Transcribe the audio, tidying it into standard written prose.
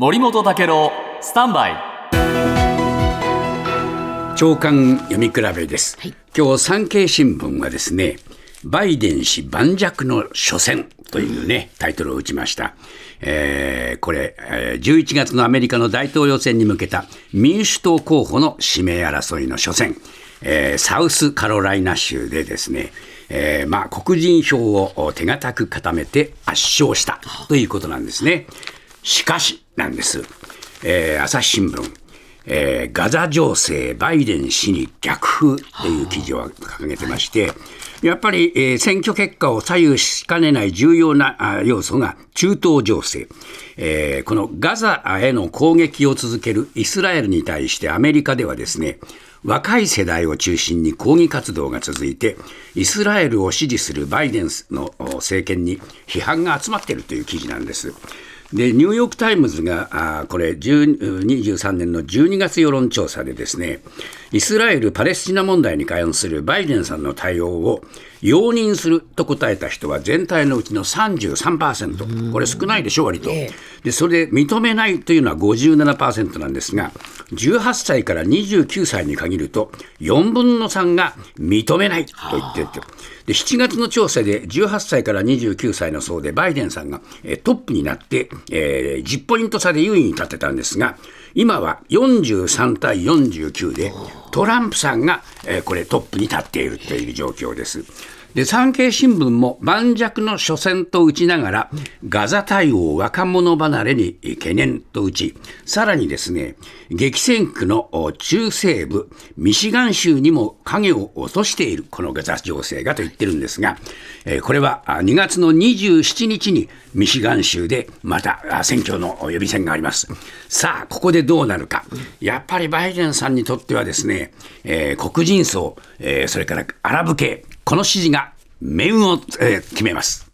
森本武郎スタンバイ朝刊読み比べです、今日産経新聞はですね、バイデン氏盤石の初戦というねタイトルを打ちました。これ、11月のアメリカの大統領選に向けた民主党候補の指名争いの初戦、サウスカロライナ州でですね、黒人票を手堅く固めて圧勝したということなんですね。しかしなんです、朝日新聞、ガザ情勢バイデン氏に逆風という記事を掲げてまして、やっぱり、選挙結果を左右しかねない重要な要素が中東情勢、このガザへの攻撃を続けるイスラエルに対してアメリカではですね、若い世代を中心に抗議活動が続いて、イスラエルを支持するバイデンの政権に批判が集まっているという記事なんです。でニューヨーク・タイムズがこれ23年の12月世論調査でですね、イスラエル・パレスチナ問題に関するバイデンさんの対応を容認すると答えた人は全体のうちの 33%、 これ少ないでしょ割と。でそれで認めないというのは 57% なんですが、18歳から29歳に限ると4分の3が認めないと言っていて、で7月の調査で18歳から29歳の層でバイデンさんがトップになって、10ポイント差で優位に立ってたんですが、今は43対49でトランプさんが、これトップに立っているという状況です。で産経新聞も盤石の初戦と打ちながらガザ対応若者離れに懸念と打ち、さらにですね、激戦区の中西部ミシガン州にも影を落としているこのガザ情勢がと言ってるんですが、これは2月の27日にミシガン州でまた選挙の予備選があります。さあここでどうなるか。やっぱりバイデンさんにとってはですね、黒人層、それからアラブ系、この支持が命運を、決めます。